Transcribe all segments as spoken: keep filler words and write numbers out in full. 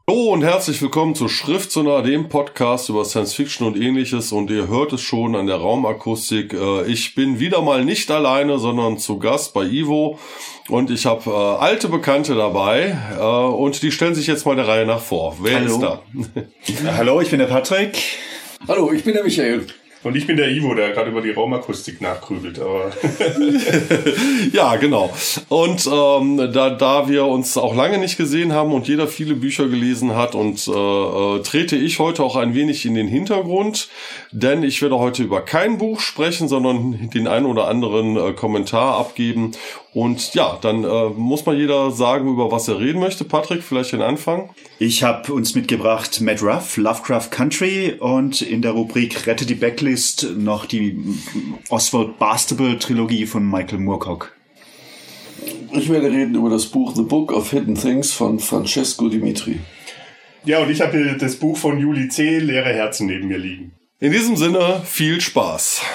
Hallo und herzlich willkommen zu Schriftsonar, dem Podcast über Science Fiction und ähnliches, und ihr hört es schon an der Raumakustik. Ich bin wieder mal nicht alleine, sondern zu Gast bei Ivo, und ich habe äh, alte Bekannte dabei äh, und die stellen sich jetzt mal der Reihe nach vor. Wer Hallo. ist da? Hallo, ich bin der Patrick. Hallo, ich bin der Michael. Und ich bin der Ivo, der gerade über die Raumakustik nachgrübelt. Aber Ja, genau. Und ähm, da, da wir uns auch lange nicht gesehen haben und jeder viele Bücher gelesen hat, und äh, äh, trete ich heute auch ein wenig in den Hintergrund, denn ich werde heute über kein Buch sprechen, sondern den einen oder anderen äh, Kommentar abgeben. Und ja, dann äh, muss mal jeder sagen, über was er reden möchte. Patrick, vielleicht den Anfang. Ich habe uns mitgebracht Matt Ruff, Lovecraft Country, und in der Rubrik Rette die Backlist noch die Oswald Bastable Trilogie von Michael Moorcock. Ich werde reden über das Buch The Book of Hidden Things von Francesco Dimitri. ja, und ich habe hier das Buch von Juli C., Leere Herzen, neben mir liegen. In diesem Sinne, viel Spaß.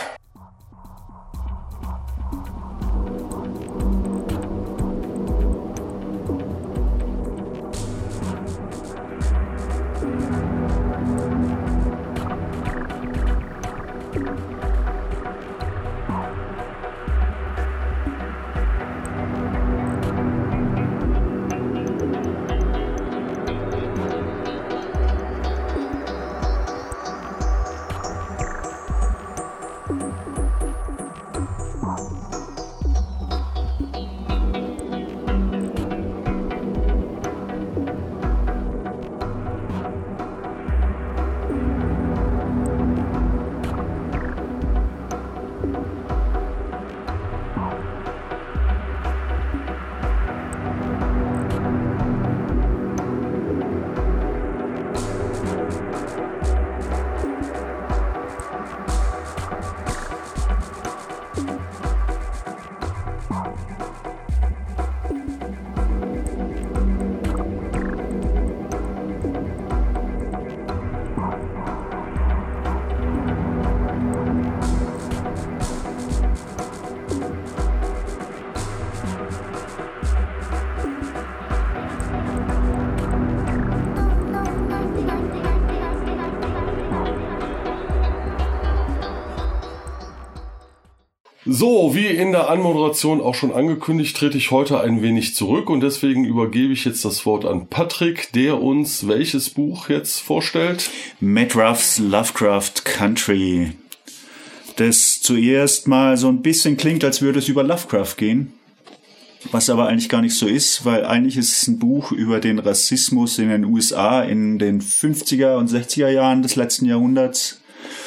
So, wie in der Anmoderation auch schon angekündigt, trete ich heute ein wenig zurück, und deswegen übergebe ich jetzt das Wort an Patrick, der uns welches Buch jetzt vorstellt? Matt Ruffs Lovecraft Country, das zuerst mal so ein bisschen klingt, als würde es über Lovecraft gehen, was aber eigentlich gar nicht so ist, weil eigentlich ist es ein Buch über den Rassismus in den U S A in den fünfziger und sechziger Jahren des letzten Jahrhunderts.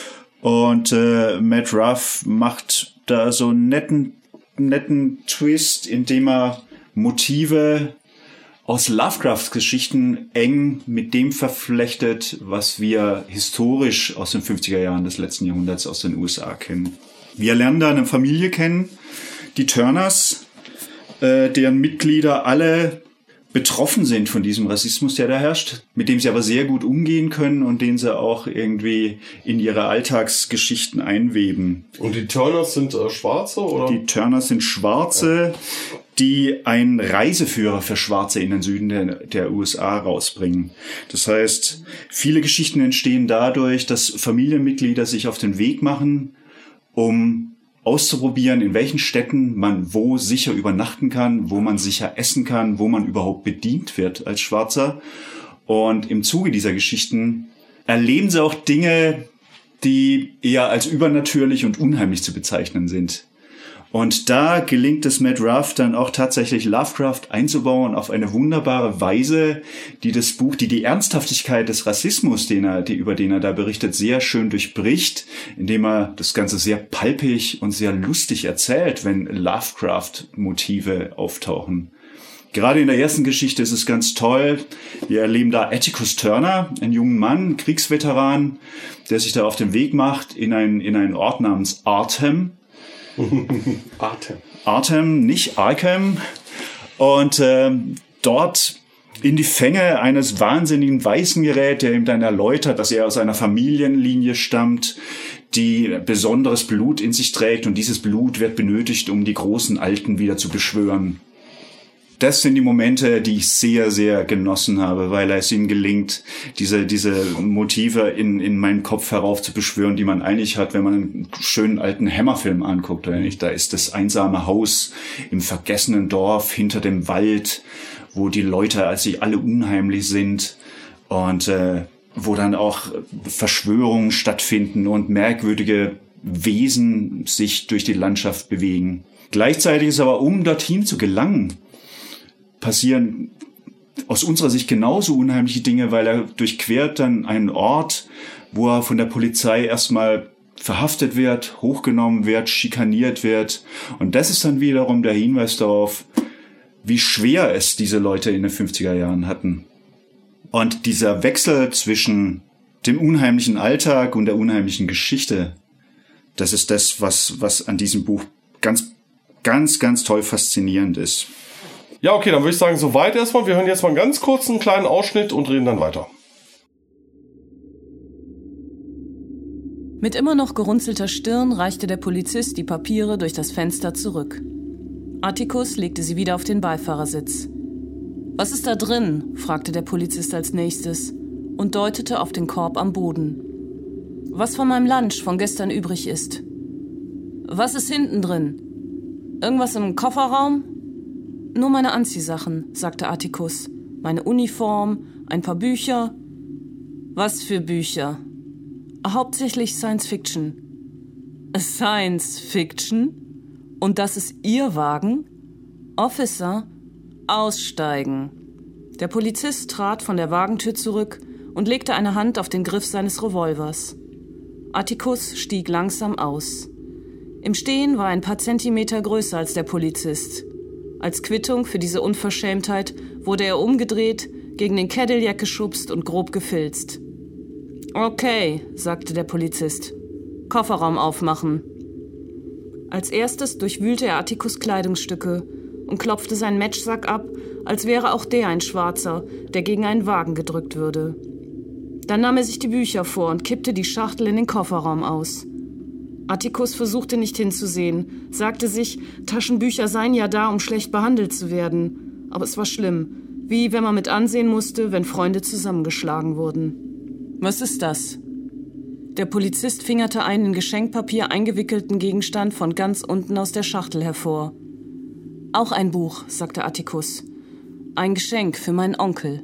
Und äh, Matt Ruff macht da so einen netten, netten Twist, indem er Motive aus Lovecrafts Geschichten eng mit dem verflechtet, was wir historisch aus den fünfziger Jahren des letzten Jahrhunderts aus den U S A kennen. Wir lernen da eine Familie kennen, die Turners, äh, deren Mitglieder alle betroffen sind von diesem Rassismus, der da herrscht, mit dem sie aber sehr gut umgehen können und den sie auch irgendwie in ihre Alltagsgeschichten einweben. Und die Turners sind äh, Schwarze, oder? Die Turners sind Schwarze, die einen Reiseführer für Schwarze in den Süden der, der U S A rausbringen. Das heißt, viele Geschichten entstehen dadurch, dass Familienmitglieder sich auf den Weg machen, um auszuprobieren, in welchen Städten man wo sicher übernachten kann, wo man sicher essen kann, wo man überhaupt bedient wird als Schwarzer. Und im Zuge dieser Geschichten erleben sie auch Dinge, die eher als übernatürlich und unheimlich zu bezeichnen sind. Und da gelingt es Matt Ruff dann auch tatsächlich Lovecraft einzubauen auf eine wunderbare Weise, die das Buch, die die Ernsthaftigkeit des Rassismus, den er, die, über den er da berichtet, sehr schön durchbricht, indem er das Ganze sehr palpig und sehr lustig erzählt, wenn Lovecraft-Motive auftauchen. Gerade in der ersten Geschichte ist es ganz toll. Wir erleben da Atticus Turner, einen jungen Mann, Kriegsveteran, der sich da auf den Weg macht in einen, in einen Ort namens Artem. Artem. Artem, nicht Arkham. Und ähm, dort in die Fänge eines wahnsinnigen Weißen gerät, der ihm dann erläutert, dass er aus einer Familienlinie stammt, die besonderes Blut in sich trägt, und dieses Blut wird benötigt, um die großen Alten wieder zu beschwören. das sind die Momente, die ich sehr, sehr genossen habe, weil es ihm gelingt, diese, diese Motive in, in meinen Kopf heraufzubeschwören, die man eigentlich hat, wenn man einen schönen alten Hammer-Film anguckt, oder nicht? Da ist das einsame Haus im vergessenen Dorf hinter dem Wald, wo die Leute, als sie alle unheimlich sind und äh, wo dann auch Verschwörungen stattfinden und merkwürdige Wesen sich durch die Landschaft bewegen. Gleichzeitig ist aber, um dorthin zu gelangen, passieren aus unserer Sicht genauso unheimliche Dinge, weil er durchquert dann einen Ort, wo er von der Polizei erstmal verhaftet wird, hochgenommen wird, schikaniert wird. Und das ist dann wiederum der Hinweis darauf, wie schwer es diese Leute in den fünfziger Jahren hatten. Und dieser Wechsel zwischen dem unheimlichen Alltag und der unheimlichen Geschichte, das ist das, was, was an diesem Buch ganz, ganz, ganz toll faszinierend ist. Ja, okay, dann würde ich sagen, soweit erstmal. Wir hören jetzt mal einen ganz kurzen kleinen Ausschnitt und reden dann weiter. Mit immer noch gerunzelter Stirn reichte der Polizist die Papiere durch das Fenster zurück. Atticus legte sie wieder auf den Beifahrersitz. »Was ist da drin?« fragte der Polizist als nächstes und deutete auf den Korb am Boden. »Was von meinem Lunch von gestern übrig ist.« »Was ist hinten drin? Irgendwas im Kofferraum?« »Nur meine Anziehsachen«, sagte Atticus. »Meine Uniform, ein paar Bücher.« »Was für Bücher?« »Hauptsächlich Science Fiction.« »Science Fiction? Und das ist Ihr Wagen?« »Officer, aussteigen.« Der Polizist trat von der Wagentür zurück und legte eine Hand auf den Griff seines Revolvers. Atticus stieg langsam aus. Im Stehen war er ein paar Zentimeter größer als der Polizist. Als Quittung für diese Unverschämtheit wurde er umgedreht, gegen den Cadillac geschubst und grob gefilzt. »Okay«, sagte der Polizist. »Kofferraum aufmachen.« Als erstes durchwühlte er Atticus' Kleidungsstücke und klopfte seinen Matchsack ab, als wäre auch der ein Schwarzer, der gegen einen Wagen gedrückt würde. Dann nahm er sich die Bücher vor und kippte die Schachtel in den Kofferraum aus. Atticus versuchte nicht hinzusehen, sagte sich, Taschenbücher seien ja da, um schlecht behandelt zu werden. Aber es war schlimm, wie wenn man mit ansehen musste, wenn Freunde zusammengeschlagen wurden. »Was ist das?« Der Polizist fingerte einen in Geschenkpapier eingewickelten Gegenstand von ganz unten aus der Schachtel hervor. »Auch ein Buch«, sagte Atticus. »Ein Geschenk für meinen Onkel.«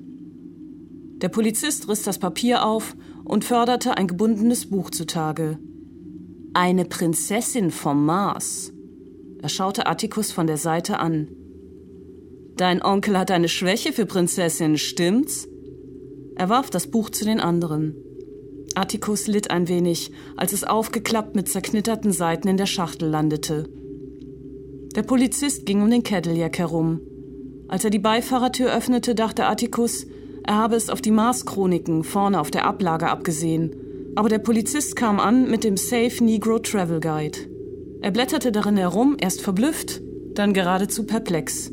Der Polizist riss das Papier auf und förderte ein gebundenes Buch zutage. »Eine Prinzessin vom Mars.« Er schaute Atticus von der Seite an. »Dein Onkel hat eine Schwäche für Prinzessinnen, stimmt's?« Er warf das Buch zu den anderen. Atticus litt ein wenig, als es aufgeklappt mit zerknitterten Seiten in der Schachtel landete. Der Polizist ging um den Cadillac herum. Als er die Beifahrertür öffnete, dachte Atticus, er habe es auf die Mars-Chroniken vorne auf der Ablage abgesehen. Aber der Polizist kam an mit dem Safe Negro Travel Guide. Er blätterte darin herum, erst verblüfft, dann geradezu perplex.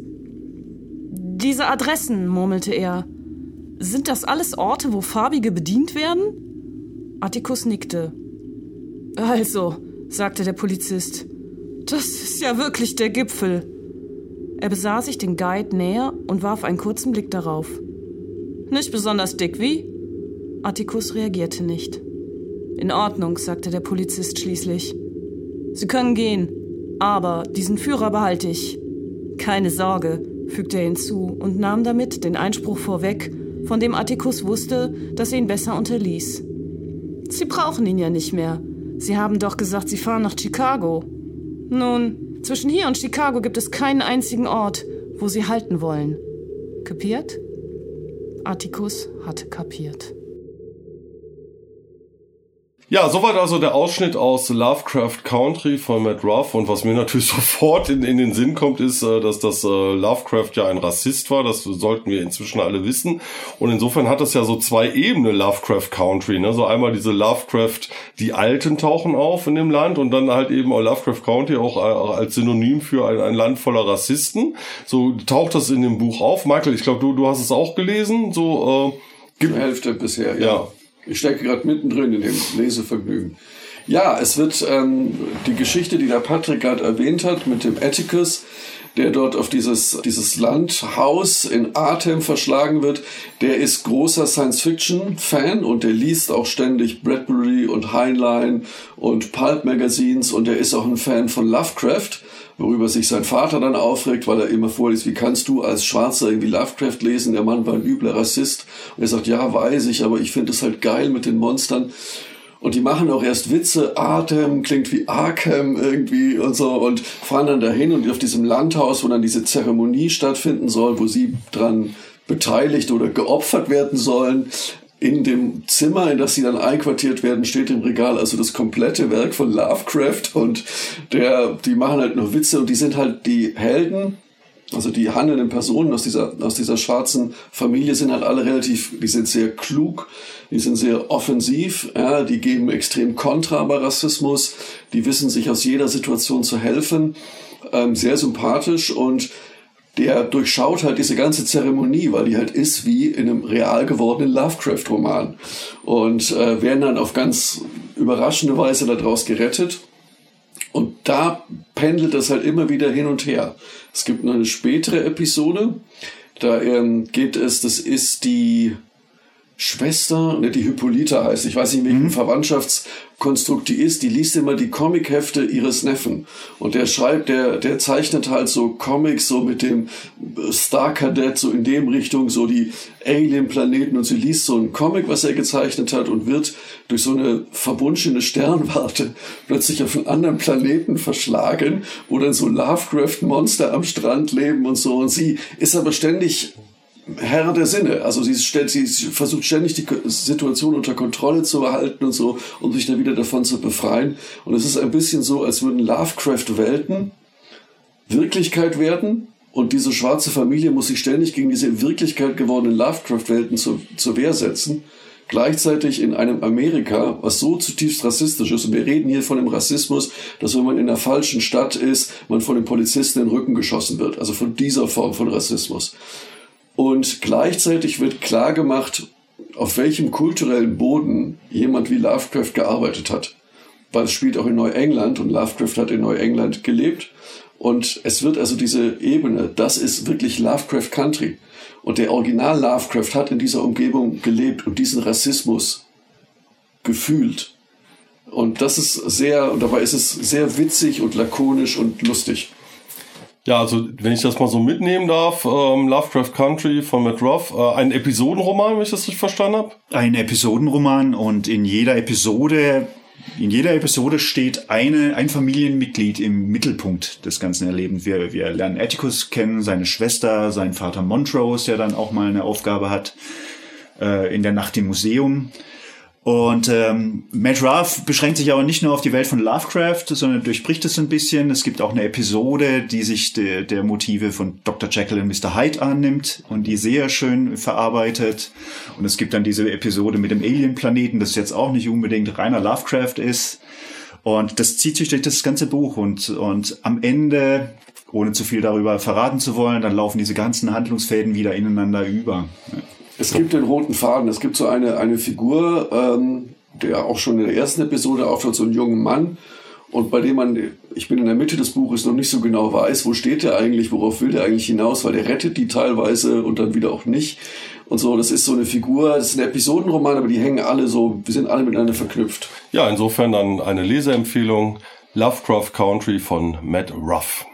»Diese Adressen«, murmelte er. »Sind das alles Orte, wo Farbige bedient werden?« Atticus nickte. »Also«, sagte der Polizist, »das ist ja wirklich der Gipfel.« Er besah sich den Guide näher und warf einen kurzen Blick darauf. »Nicht besonders dick, wie?« Atticus reagierte nicht. »In Ordnung«, sagte der Polizist schließlich. »Sie können gehen, aber diesen Führer behalte ich.« »Keine Sorge«, fügte er hinzu und nahm damit den Einspruch vorweg, von dem Atticus wusste, dass er ihn besser unterließ. »Sie brauchen ihn ja nicht mehr. Sie haben doch gesagt, Sie fahren nach Chicago.« »Nun, zwischen hier und Chicago gibt es keinen einzigen Ort, wo Sie halten wollen. Kapiert?« Atticus hatte kapiert. Ja, soweit also der Ausschnitt aus Lovecraft Country von Matt Ruff. Und was mir natürlich sofort in, in den Sinn kommt, ist, dass das äh, Lovecraft ja ein Rassist war. Das sollten wir inzwischen alle wissen. Und insofern hat das ja so zwei Ebenen, Lovecraft Country. Ne? So einmal diese Lovecraft, die Alten tauchen auf in dem Land und dann halt eben auch Lovecraft Country auch, auch als Synonym für ein, ein Land voller Rassisten. So taucht das in dem Buch auf. Michael, ich glaube, du, du hast es auch gelesen. So äh, gibt die Hälfte bisher, ja. ja. Ich stecke gerade mittendrin in dem Lesevergnügen. Ja, es wird ähm, die Geschichte, die der Patrick gerade erwähnt hat, mit dem Atticus, der dort auf dieses, dieses Landhaus in Artem verschlagen wird, der ist großer Science-Fiction-Fan und der liest auch ständig Bradbury und Heinlein und Pulp-Magazines und der ist auch ein Fan von Lovecraft, worüber sich sein Vater dann aufregt, weil er immer vorliest, wie kannst du als Schwarzer irgendwie Lovecraft lesen? Der Mann war ein übler Rassist. Und er sagt, ja, weiß ich, aber ich finde es halt geil mit den Monstern. Und die machen auch erst Witze, Artem klingt wie Arkham irgendwie und so und fahren dann dahin und auf diesem Landhaus, wo dann diese Zeremonie stattfinden soll, wo sie dran beteiligt oder geopfert werden sollen, in dem Zimmer, in das sie dann einquartiert werden, steht im Regal also das komplette Werk von Lovecraft und der, die machen halt noch Witze und die sind halt die Helden, also die handelnden Personen aus dieser, aus dieser schwarzen Familie sind halt alle relativ, die sind sehr klug, die sind sehr offensiv, ja, die geben extrem Kontra bei Rassismus, die wissen sich aus jeder Situation zu helfen, ähm, sehr sympathisch und der durchschaut halt diese ganze Zeremonie, weil die halt ist wie in einem real gewordenen Lovecraft-Roman. Und äh, werden dann auf ganz überraschende Weise daraus gerettet. Und da pendelt das halt immer wieder hin und her. Es gibt noch eine spätere Episode, da ähm, geht es, das ist die Schwester, ne, die Hippolyta heißt, ich weiß nicht, welchen mhm. Verwandtschaftskonstrukt die ist, die liest immer die Comichefte ihres Neffen. Und der schreibt, der, der zeichnet halt so Comics so mit dem Star Cadet, so in dem Richtung, so die Alien-Planeten und sie liest so ein Comic, was er gezeichnet hat und wird durch so eine verbunschene Sternwarte plötzlich auf einen anderen Planeten verschlagen, wo dann so Lovecraft-Monster am Strand leben und so. Und sie ist aber ständig Herr der Sinne, also sie, stellt, sie versucht ständig die Situation unter Kontrolle zu behalten und so, um sich dann wieder davon zu befreien. Und es ist ein bisschen so, als würden Lovecraft-Welten Wirklichkeit werden und diese schwarze Familie muss sich ständig gegen diese in Wirklichkeit gewordenen Lovecraft-Welten zur, zur Wehr setzen. Gleichzeitig in einem Amerika, was so zutiefst rassistisch ist, und wir reden hier von dem Rassismus, dass wenn man in einer falschen Stadt ist, man von den Polizisten in den Rücken geschossen wird, also von dieser Form von Rassismus. Und gleichzeitig wird klar gemacht, auf welchem kulturellen Boden jemand wie Lovecraft gearbeitet hat. Weil es spielt auch in Neuengland und Lovecraft hat in Neuengland gelebt. Und es wird also diese Ebene, das ist wirklich Lovecraft Country. Und der Original Lovecraft hat in dieser Umgebung gelebt und diesen Rassismus gefühlt. Und das ist sehr, und dabei ist es sehr witzig und lakonisch und lustig. Ja, also wenn ich das mal so mitnehmen darf, ähm, Lovecraft Country von Matt Ruff, äh, ein Episodenroman, wenn ich das richtig verstanden habe? Ein Episodenroman und in jeder Episode, in jeder Episode steht eine, ein Familienmitglied im Mittelpunkt des ganzen Erlebens. Wir, wir lernen Atticus kennen, seine Schwester, seinen Vater Montrose, der dann auch mal eine Aufgabe hat äh, in der Nacht im Museum. Und ähm, Matt Ruff beschränkt sich aber nicht nur auf die Welt von Lovecraft, sondern durchbricht es ein bisschen. Es gibt auch eine Episode, die sich de, der Motive von Doktor Jekyll und Mister Hyde annimmt und die sehr schön verarbeitet. Und es gibt dann diese Episode mit dem Alien-Planeten, das jetzt auch nicht unbedingt reiner Lovecraft ist. Und das zieht sich durch das ganze Buch. Und, und am Ende, ohne zu viel darüber verraten zu wollen, dann laufen diese ganzen Handlungsfäden wieder ineinander über. Es gibt den roten Faden. Es gibt so eine, eine Figur, ähm, der auch schon in der ersten Episode auftaucht, so einen jungen Mann. Und bei dem man, ich bin in der Mitte des Buches, noch nicht so genau weiß, wo steht der eigentlich, worauf will der eigentlich hinaus, weil der rettet die teilweise und dann wieder auch nicht. Und so, das ist so eine Figur, das ist ein Episodenroman, aber die hängen alle so, wir sind alle miteinander verknüpft. Ja, insofern dann eine Leseempfehlung, Lovecraft Country von Matt Ruff.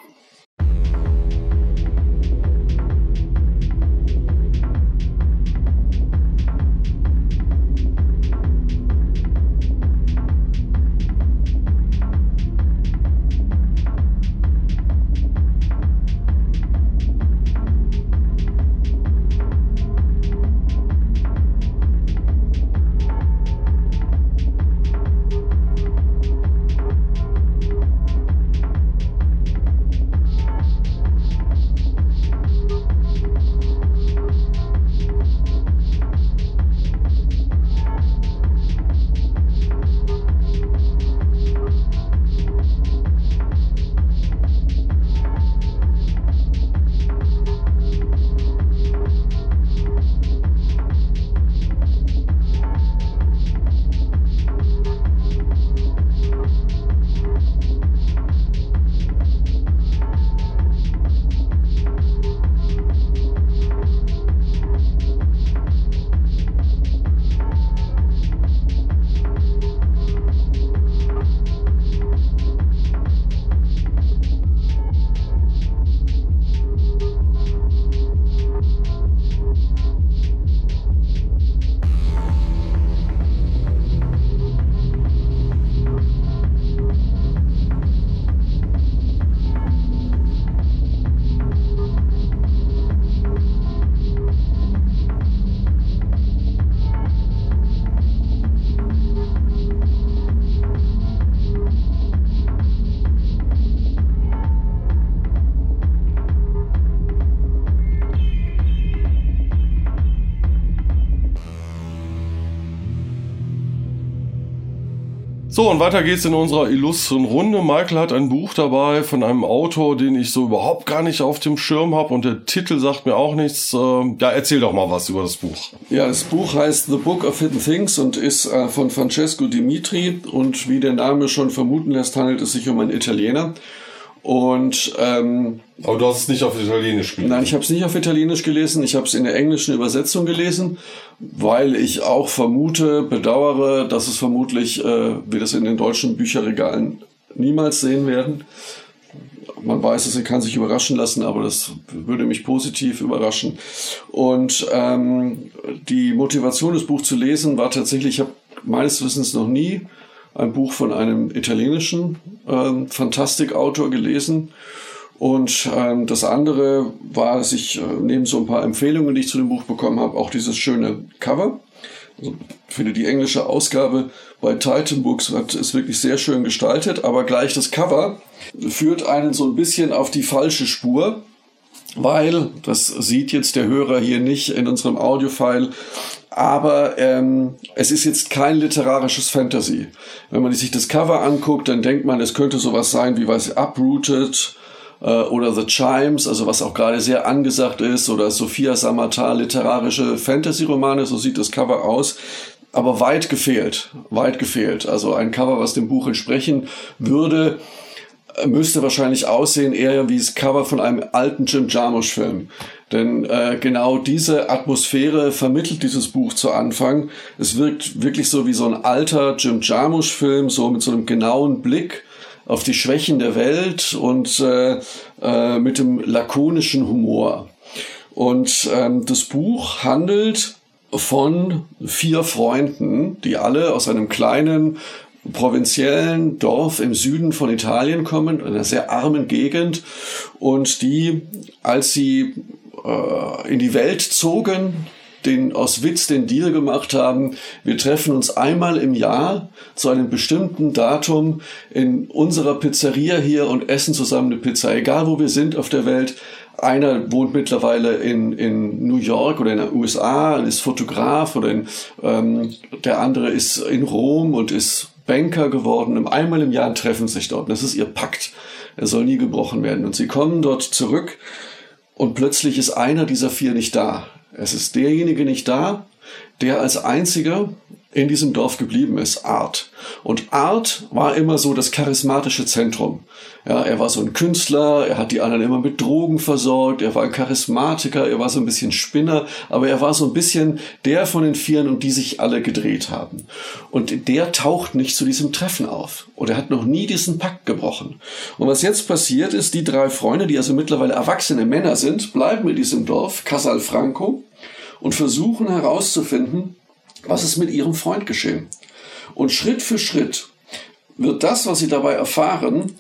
So, und weiter geht's in unserer illustren Runde. Michael hat ein Buch dabei von einem Autor, den ich so überhaupt gar nicht auf dem Schirm habe, und der Titel sagt mir auch nichts. Ja, erzähl doch mal was über das Buch. Ja, das Buch heißt The Book of Hidden Things und ist äh, von Francesco Dimitri, und wie der Name schon vermuten lässt, handelt es sich um einen Italiener. Und ähm, aber du hast es nicht auf Italienisch gelesen? Nein, ich habe es nicht auf Italienisch gelesen. Ich habe es in der englischen Übersetzung gelesen, weil ich auch vermute, bedauere, dass es vermutlich, äh, wir das in den deutschen Bücherregalen niemals sehen werden. Man weiß es, er kann sich überraschen lassen, aber das würde mich positiv überraschen. Und ähm, die Motivation, das Buch zu lesen, war tatsächlich, ich habe meines Wissens noch nie ein Buch von einem italienischen ähm, Fantastikautor gelesen. Und ähm, das andere war, dass ich äh, neben so ein paar Empfehlungen, die ich zu dem Buch bekommen habe, auch dieses schöne Cover. Also, ich finde, die englische Ausgabe bei Titan Books hat, ist wirklich sehr schön gestaltet, aber gleich das Cover führt einen so ein bisschen auf die falsche Spur, weil, das sieht jetzt der Hörer hier nicht in unserem Audiofile, aber ähm, es ist jetzt kein literarisches Fantasy. Wenn man sich das Cover anguckt, dann denkt man, es könnte sowas sein wie, was Uprooted äh, oder The Chimes, also was auch gerade sehr angesagt ist, oder Sophia Samatar, literarische Fantasy-Romane, so sieht das Cover aus. Aber weit gefehlt, weit gefehlt. Also ein Cover, was dem Buch entsprechen würde, müsste wahrscheinlich aussehen eher wie das Cover von einem alten Jim Jarmusch-Film. Denn äh, genau diese Atmosphäre vermittelt dieses Buch zu Anfang. Es wirkt wirklich so wie so ein alter Jim Jarmusch-Film, so mit so einem genauen Blick auf die Schwächen der Welt und äh, äh, mit dem lakonischen Humor. Und ähm, das Buch handelt von vier Freunden, die alle aus einem kleinen provinziellen Dorf im Süden von Italien kommen, einer sehr armen Gegend, und die, als sie äh, in die Welt zogen, den aus Witz den Deal gemacht haben, wir treffen uns einmal im Jahr zu einem bestimmten Datum in unserer Pizzeria hier und essen zusammen eine Pizza, egal wo wir sind auf der Welt. Einer wohnt mittlerweile in, in New York oder in den U S A und ist Fotograf, oder in, ähm, der andere ist in Rom und ist Banker geworden. Und einmal im Jahr treffen sie sich dort. Das ist ihr Pakt. Er soll nie gebrochen werden. Und sie kommen dort zurück und plötzlich ist einer dieser vier nicht da. Es ist derjenige nicht da, der als einziger in diesem Dorf geblieben ist, Art. Und Art war immer so das charismatische Zentrum. Ja, er war so ein Künstler, er hat die anderen immer mit Drogen versorgt, er war ein Charismatiker, er war so ein bisschen Spinner, aber er war so ein bisschen der von den Vieren, um die sich alle gedreht haben. Und der taucht nicht zu diesem Treffen auf. Oder hat noch nie diesen Pakt gebrochen. Und was jetzt passiert ist, die drei Freunde, die also mittlerweile erwachsene Männer sind, bleiben in diesem Dorf, Casalfranco, und versuchen herauszufinden, was ist mit ihrem Freund geschehen. Und Schritt für Schritt wird das, was sie dabei erfahren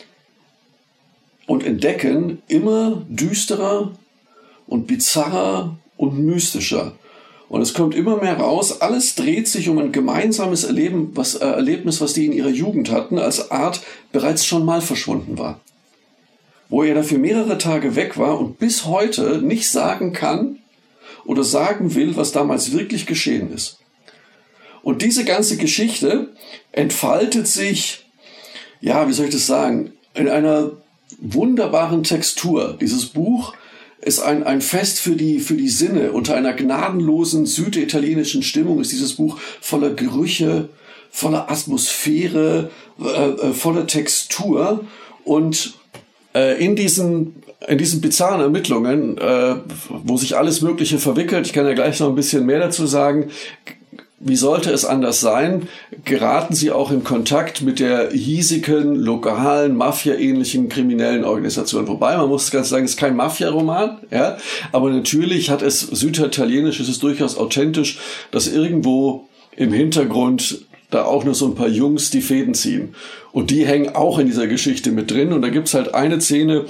und entdecken, immer düsterer und bizarrer und mystischer. Und es kommt immer mehr raus, alles dreht sich um ein gemeinsames Erleben, was, äh, Erlebnis, was die in ihrer Jugend hatten, als Art bereits schon mal verschwunden war. Wo er dafür mehrere Tage weg war und bis heute nicht sagen kann oder sagen will, was damals wirklich geschehen ist. Und diese ganze Geschichte entfaltet sich, ja, wie soll ich das sagen, in einer wunderbaren Textur. Dieses Buch ist ein, ein Fest für die, für die Sinne. Unter einer gnadenlosen süditalienischen Stimmung ist dieses Buch voller Gerüche, voller Atmosphäre, äh, voller Textur. Und äh, in diesen in diesen bizarren Ermittlungen, äh, wo sich alles Mögliche verwickelt, ich kann ja gleich noch ein bisschen mehr dazu sagen, wie sollte es anders sein, geraten sie auch in Kontakt mit der hiesigen, lokalen, Mafia-ähnlichen kriminellen Organisation. Wobei, man muss ganz sagen, es ist kein Mafia-Roman, ja, aber natürlich hat es süditalienisch, es ist durchaus authentisch, dass irgendwo im Hintergrund da auch nur so ein paar Jungs die Fäden ziehen. Und die hängen auch in dieser Geschichte mit drin. Und da gibt's halt eine Szene,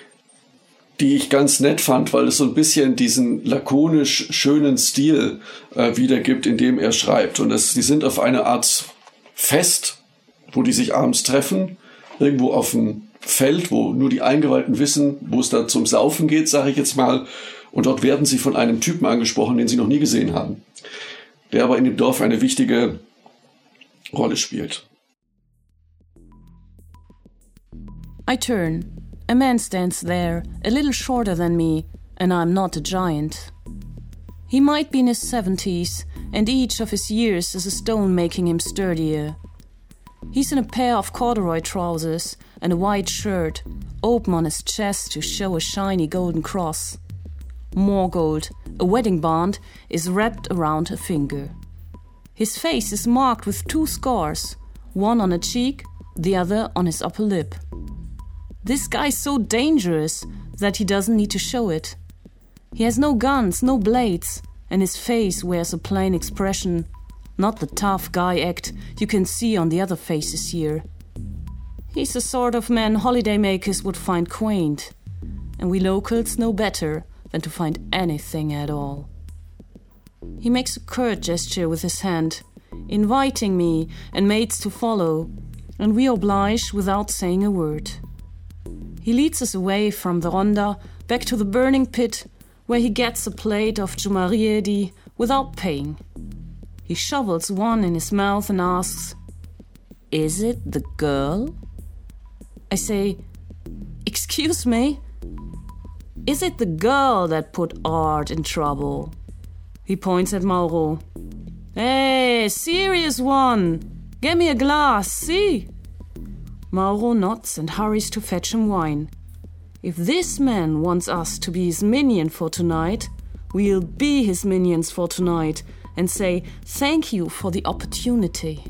die ich ganz nett fand, weil es so ein bisschen diesen lakonisch schönen Stil äh, wiedergibt, in dem er schreibt. Und es, die sind auf eine Art Fest, wo die sich abends treffen, irgendwo auf dem Feld, wo nur die Eingeweihten wissen, wo es da zum Saufen geht, sage ich jetzt mal. Und dort werden sie von einem Typen angesprochen, den sie noch nie gesehen haben, der aber in dem Dorf eine wichtige Rolle spielt. I turn. A man stands there, a little shorter than me, and I'm not a giant. He might be in his seventies, and each of his years is a stone making him sturdier. He's in a pair of corduroy trousers and a white shirt, open on his chest to show a shiny golden cross. More gold, a wedding band, is wrapped around a finger. His face is marked with two scars, one on a cheek, the other on his upper lip. This guy's so dangerous that he doesn't need to show it. He has no guns, no blades, and his face wears a plain expression, not the tough guy act you can see on the other faces here. He's the sort of man holidaymakers would find quaint, and we locals know better than to find anything at all. He makes a curt gesture with his hand, inviting me and mates to follow, and we oblige without saying a word. He leads us away from the ronda back to the burning pit, where he gets a plate of jumariedi without paying. He shovels one in his mouth and asks, "Is it the girl?" I say, "Excuse me? Is it the girl that put Art in trouble?" He points at Mauro. "Hey, serious one! Get me a glass, see?" Mauro nods and hurries to fetch him wine. If this man wants us to be his minion for tonight, we'll be his minions for tonight and say thank you for the opportunity.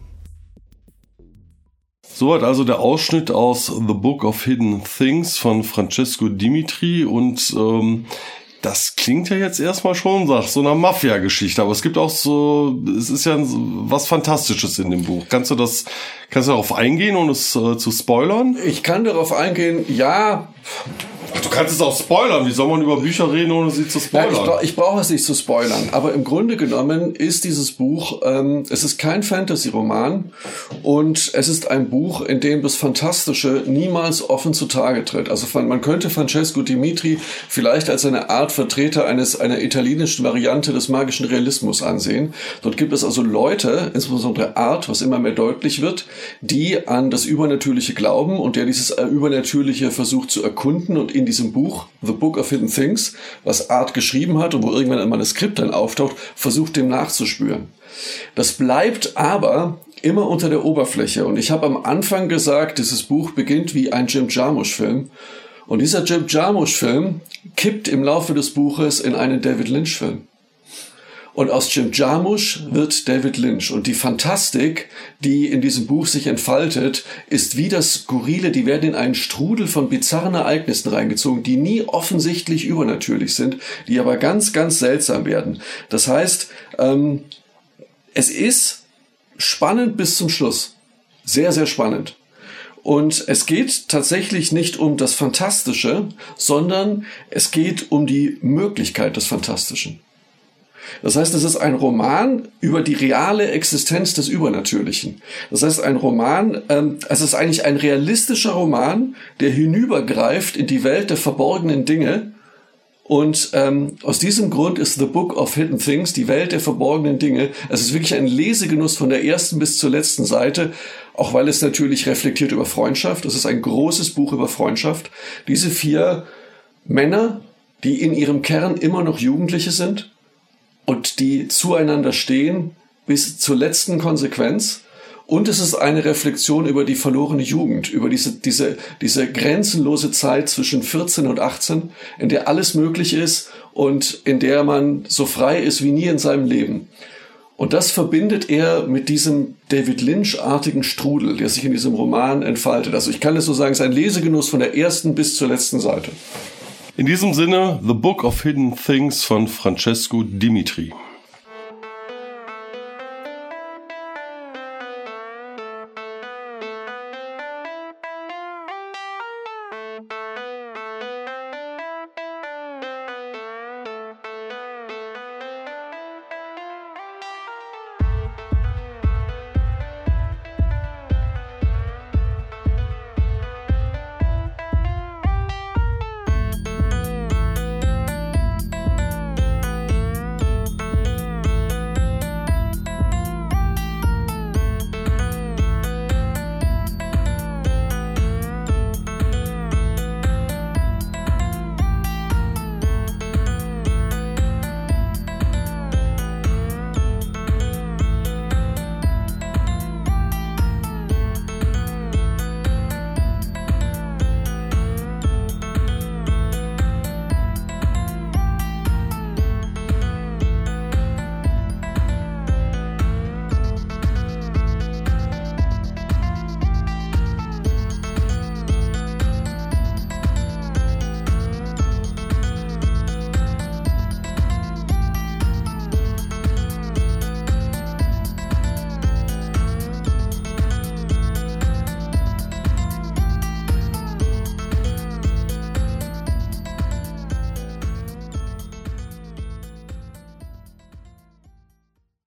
Soweit also der Ausschnitt aus The Book of Hidden Things von Francesco Dimitri und ähm, das klingt ja jetzt erstmal schon nach so einer Mafia-Geschichte, aber es gibt auch so, es ist ja was Fantastisches in dem Buch. Kannst du das, kannst du darauf eingehen, ohne es äh, zu spoilern? Ich kann darauf eingehen, ja. Du kannst es auch spoilern. Wie soll man über Bücher reden, ohne sie zu spoilern? Ja, ich, bra- ich brauche es nicht zu spoilern. Aber im Grunde genommen ist dieses Buch, ähm, es ist kein Fantasy-Roman und es ist ein Buch, in dem das Fantastische niemals offen zutage tritt. Also von, man könnte Francesco Dimitri vielleicht als eine Art Vertreter eines einer italienischen Variante des magischen Realismus ansehen. Dort gibt es also Leute, insbesondere Art, was immer mehr deutlich wird, die an das Übernatürliche glauben und der dieses Übernatürliche versucht zu erkunden und in diesem Buch, The Book of Hidden Things, was Art geschrieben hat und wo irgendwann ein Manuskript dann auftaucht, versucht dem nachzuspüren. Das bleibt aber immer unter der Oberfläche. Und ich habe am Anfang gesagt, dieses Buch beginnt wie ein Jim Jarmusch-Film. Und dieser Jim Jarmusch-Film kippt im Laufe des Buches in einen David Lynch-Film. Und aus Jim Jarmusch wird David Lynch. Und die Fantastik, die in diesem Buch sich entfaltet, ist wie das Skurrile. Die werden in einen Strudel von bizarren Ereignissen reingezogen, die nie offensichtlich übernatürlich sind, die aber ganz, ganz seltsam werden. Das heißt, ähm, es ist spannend bis zum Schluss. Sehr, sehr spannend. Und es geht tatsächlich nicht um das Fantastische, sondern es geht um die Möglichkeit des Fantastischen. Das heißt, es ist ein Roman über die reale Existenz des Übernatürlichen. Das heißt, ein Roman, ähm, es ist eigentlich ein realistischer Roman, der hinübergreift in die Welt der verborgenen Dinge. Und ähm, aus diesem Grund ist The Book of Hidden Things, die Welt der verborgenen Dinge, es ist wirklich ein Lesegenuss von der ersten bis zur letzten Seite, auch weil es natürlich reflektiert über Freundschaft. Es ist ein großes Buch über Freundschaft. Diese vier Männer, die in ihrem Kern immer noch Jugendliche sind, und die zueinander stehen bis zur letzten Konsequenz. Und es ist eine Reflexion über die verlorene Jugend, über diese, diese, diese grenzenlose Zeit zwischen vierzehn und achtzehn, in der alles möglich ist und in der man so frei ist wie nie in seinem Leben. Und das verbindet er mit diesem David Lynch-artigen Strudel, der sich in diesem Roman entfaltet. Also ich kann es so sagen, es ist ein Lesegenuss von der ersten bis zur letzten Seite. In diesem Sinne, The Book of Hidden Things von Francesco Dimitri.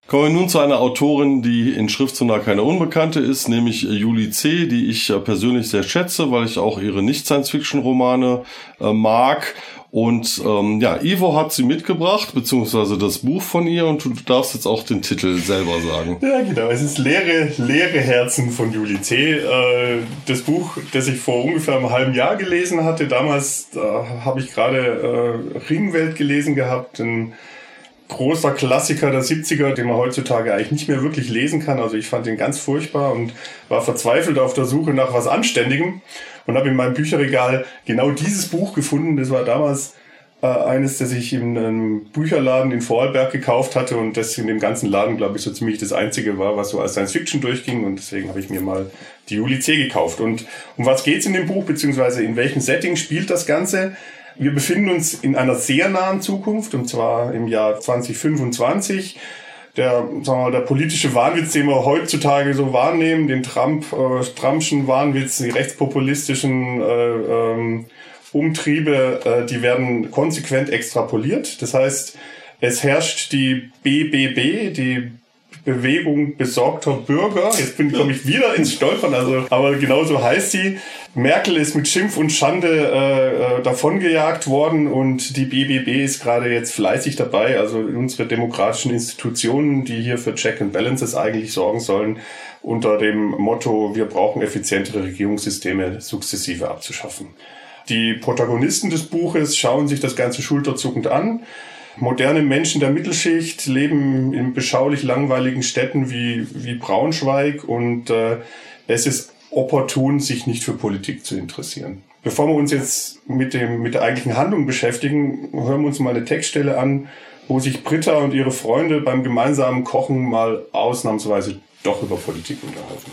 Kommen wir nun zu einer Autorin, die in Schriftzunah keine Unbekannte ist, nämlich Julie C., die ich persönlich sehr schätze, weil ich auch ihre Nicht-Science-Fiction-Romane äh, mag. Und ähm, ja, Ivo hat sie mitgebracht, beziehungsweise das Buch von ihr, und du darfst jetzt auch den Titel selber sagen. Ja, genau. Es ist Leere, Leere Herzen von Julie C. Äh, das Buch, das ich vor ungefähr einem halben Jahr gelesen hatte. Damals da habe ich gerade äh, Ringwelt gelesen gehabt, ein großer Klassiker der siebziger, den man heutzutage eigentlich nicht mehr wirklich lesen kann. Also ich fand ihn ganz furchtbar und war verzweifelt auf der Suche nach was Anständigem und habe in meinem Bücherregal genau dieses Buch gefunden. Das war damals äh, eines, das ich in einem Bücherladen in Vorarlberg gekauft hatte und das in dem ganzen Laden, glaube ich, so ziemlich das einzige war, was so als Science Fiction durchging, und deswegen habe ich mir mal die Julie C. gekauft. Und um was geht's in dem Buch, beziehungsweise in welchem Setting spielt das Ganze? Wir befinden uns in einer sehr nahen Zukunft, und zwar im Jahr zwanzig fünfundzwanzig. Der, sagen wir mal, der politische Wahnwitz, den wir heutzutage so wahrnehmen, den Trump, äh, Trumpschen Wahnwitz, die rechtspopulistischen äh, ähm, Umtriebe, äh, die werden konsequent extrapoliert. Das heißt, es herrscht die B B B, die Bewegung besorgter Bürger. Jetzt bin, komme ich wieder ins Stolpern, also, aber genauso heißt sie. Merkel ist mit Schimpf und Schande äh, davongejagt worden, und die B B B ist gerade jetzt fleißig dabei, also unsere demokratischen Institutionen, die hier für Check and Balances eigentlich sorgen sollen, unter dem Motto, wir brauchen effizientere Regierungssysteme sukzessive abzuschaffen. Die Protagonisten des Buches schauen sich das Ganze schulterzuckend an. Moderne Menschen der Mittelschicht leben in beschaulich langweiligen Städten wie, wie Braunschweig, und äh, es ist opportun, sich nicht für Politik zu interessieren. Bevor wir uns jetzt mit dem, mit der eigentlichen Handlung beschäftigen, hören wir uns mal eine Textstelle an, wo sich Britta und ihre Freunde beim gemeinsamen Kochen mal ausnahmsweise doch über Politik unterhalten.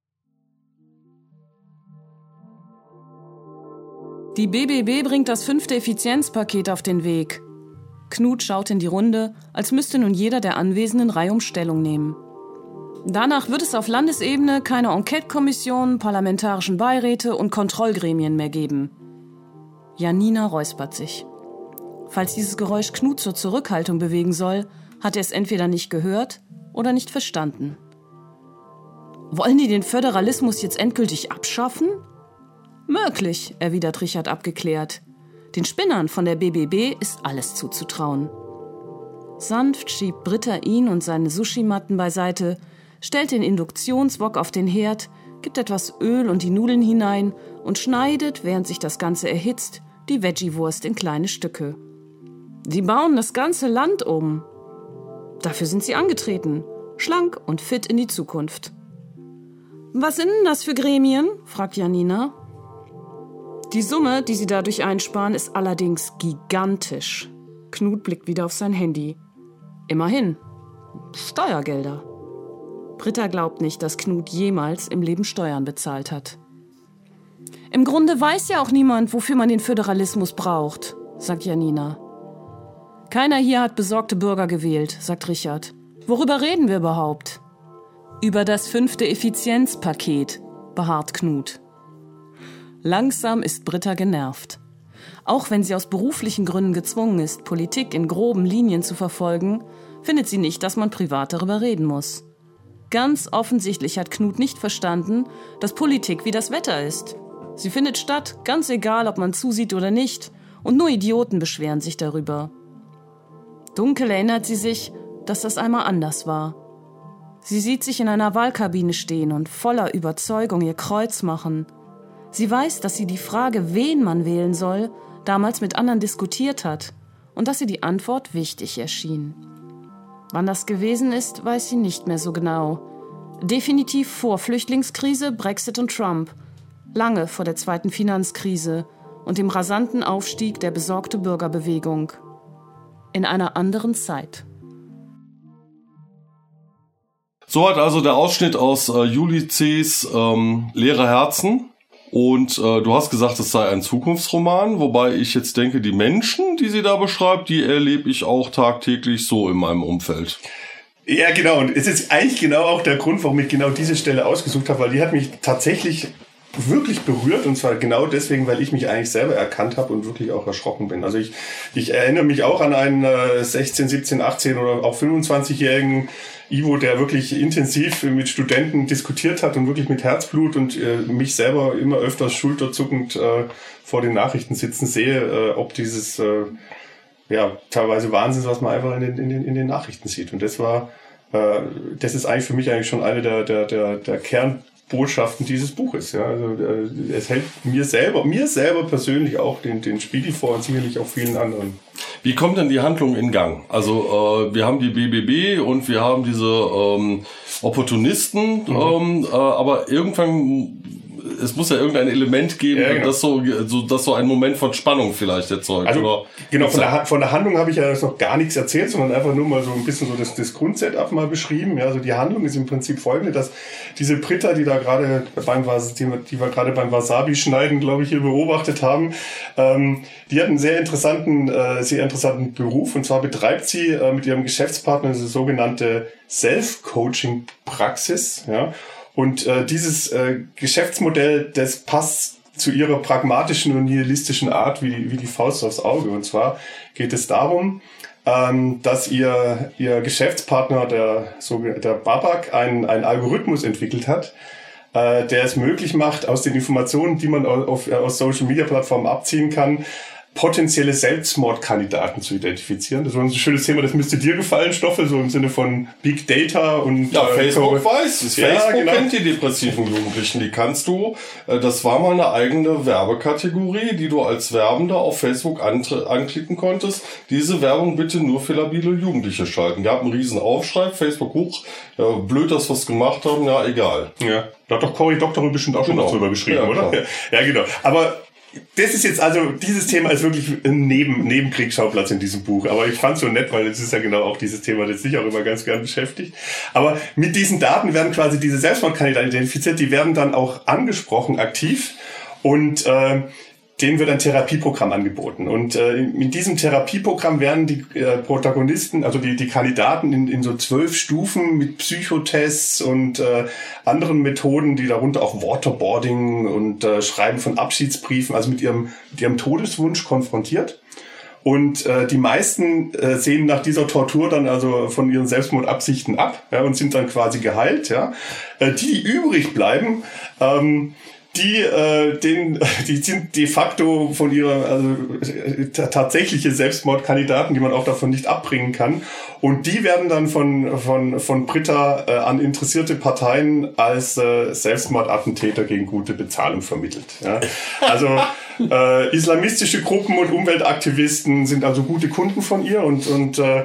Die B B B bringt das fünfte Effizienzpaket auf den Weg. Knut schaut in die Runde, als müsste nun jeder der Anwesenden reihum Stellung nehmen. Danach wird es auf Landesebene keine Enquete-Kommission, parlamentarischen Beiräte und Kontrollgremien mehr geben. Janina räuspert sich. Falls dieses Geräusch Knut zur Zurückhaltung bewegen soll, hat er es entweder nicht gehört oder nicht verstanden. Wollen die den Föderalismus jetzt endgültig abschaffen? Möglich, erwidert Richard abgeklärt. Den Spinnern von der B B B ist alles zuzutrauen. Sanft schiebt Britta ihn und seine Sushi-Matten beiseite, stellt den Induktionswok auf den Herd, gibt etwas Öl und die Nudeln hinein und schneidet, während sich das Ganze erhitzt, die Veggie-Wurst in kleine Stücke. Sie bauen das ganze Land um. Dafür sind sie angetreten, schlank und fit in die Zukunft. Was sind denn das für Gremien? Fragt Janina. Die Summe, die sie dadurch einsparen, ist allerdings gigantisch. Knut blickt wieder auf sein Handy. Immerhin. Steuergelder. Britta glaubt nicht, dass Knut jemals im Leben Steuern bezahlt hat. Im Grunde weiß ja auch niemand, wofür man den Föderalismus braucht, sagt Janina. Keiner hier hat besorgte Bürger gewählt, sagt Richard. Worüber reden wir überhaupt? Über das fünfte Effizienzpaket, beharrt Knut. Langsam ist Britta genervt. Auch wenn sie aus beruflichen Gründen gezwungen ist, Politik in groben Linien zu verfolgen, findet sie nicht, dass man privat darüber reden muss. Ganz offensichtlich hat Knut nicht verstanden, dass Politik wie das Wetter ist. Sie findet statt, ganz egal, ob man zusieht oder nicht, und nur Idioten beschweren sich darüber. Dunkel erinnert sie sich, dass das einmal anders war. Sie sieht sich in einer Wahlkabine stehen und voller Überzeugung ihr Kreuz machen. Sie weiß, dass sie die Frage, wen man wählen soll, damals mit anderen diskutiert hat und dass ihr die Antwort wichtig erschien. Wann das gewesen ist, weiß sie nicht mehr so genau. Definitiv vor Flüchtlingskrise, Brexit und Trump. Lange vor der zweiten Finanzkrise und dem rasanten Aufstieg der besorgte Bürgerbewegung. In einer anderen Zeit. Soweit also der Ausschnitt aus äh, Julie C.'s ähm, Leere Herzen. Und äh, du hast gesagt, es sei ein Zukunftsroman, wobei ich jetzt denke, die Menschen, die sie da beschreibt, die erlebe ich auch tagtäglich so in meinem Umfeld. Ja, genau. Und es ist eigentlich genau auch der Grund, warum ich genau diese Stelle ausgesucht habe, weil die hat mich tatsächlich wirklich berührt, und zwar genau deswegen, weil ich mich eigentlich selber erkannt habe und wirklich auch erschrocken bin. Also ich, ich erinnere mich auch an einen äh, sechzehn, siebzehn, achtzehn oder auch fünfundzwanzigjährigen Ivo, der wirklich intensiv mit Studenten diskutiert hat und wirklich mit Herzblut, und äh, mich selber immer öfters schulterzuckend äh, vor den Nachrichten sitzen sehe, äh, ob dieses äh, ja teilweise Wahnsinn, was man einfach in den, in den, in den Nachrichten sieht. Und das war, äh, das ist eigentlich für mich eigentlich schon eine der, der, der, der Kern Botschaften dieses Buches. Ja, also äh, es hält mir selber, mir selber persönlich auch den, den Spiegel vor und sicherlich auch vielen anderen. Wie kommt denn die Handlung in Gang? Also äh, wir haben die B B B und wir haben diese ähm, Opportunisten, mhm. ähm, äh, aber irgendwann, es muss ja irgendein Element geben, ja, genau. das so, so, das so einen Moment von Spannung vielleicht erzeugt. Also, oder genau, von der, von der Handlung habe ich ja noch gar nichts erzählt, sondern einfach nur mal so ein bisschen so das, das Grundsetup mal beschrieben. Ja, also die Handlung ist im Prinzip folgende, dass diese Britta, die da gerade beim, die, die wir gerade beim Wasabi-Schneiden, glaube ich, hier beobachtet haben, ähm, die hat einen sehr interessanten, äh, sehr interessanten Beruf, und zwar betreibt sie äh, mit ihrem Geschäftspartner eine sogenannte Self-Coaching-Praxis, ja. Und äh, dieses äh, Geschäftsmodell, das passt zu ihrer pragmatischen und nihilistischen Art wie die, wie die Faust aufs Auge. Und zwar geht es darum, ähm, dass ihr ihr Geschäftspartner, der, so, der Babak, einen, einen Algorithmus entwickelt hat, äh, der es möglich macht, aus den Informationen, die man auf, aus Social-Media-Plattformen abziehen kann, potenzielle Selbstmordkandidaten zu identifizieren. Das war ein schönes Thema, das müsste dir gefallen, Stoffel, so im Sinne von Big Data und... Ja, äh, Facebook Co- weiß es. Ja, Facebook genau. kennt die depressiven Jugendlichen, die kannst du, äh, das war mal eine eigene Werbekategorie, die du als Werbender auf Facebook antr- anklicken konntest. Diese Werbung bitte nur für labile Jugendliche schalten. Gab einen riesen Aufschrei, Facebook hoch, ja, blöd, dass wir es gemacht haben, ja, egal. Ja, da hat doch Cory Doctorow bestimmt auch schon Genau. was drüber geschrieben, Ja, oder? klar. Ja, genau. Aber das ist jetzt, also dieses Thema ist wirklich ein Neben, Nebenkriegsschauplatz in diesem Buch. Aber ich fand es so nett, weil es ist ja genau auch dieses Thema, das sich auch immer ganz gern beschäftigt. Aber mit diesen Daten werden quasi diese Selbstmordkandidaten identifiziert, die werden dann auch angesprochen aktiv, und äh, denen wird ein Therapieprogramm angeboten. Und äh, in diesem Therapieprogramm werden die äh, Protagonisten, also die, die Kandidaten in, in so zwölf Stufen mit Psychotests und äh, anderen Methoden, die darunter auch Waterboarding und äh, Schreiben von Abschiedsbriefen, also mit ihrem, mit ihrem Todeswunsch konfrontiert. Und äh, die meisten äh, sehen nach dieser Tortur dann also von ihren Selbstmordabsichten ab, ja, und sind dann quasi geheilt. Ja. Äh, die, die übrig bleiben, ähm, die, äh, den, die sind de facto von ihrer, also äh, t- tatsächliche Selbstmordkandidaten, die man auch davon nicht abbringen kann. Und die werden dann von, von, von Britta äh, an interessierte Parteien als äh, Selbstmordattentäter gegen gute Bezahlung vermittelt. Ja. Also äh, islamistische Gruppen und Umweltaktivisten sind also gute Kunden von ihr, und, und äh,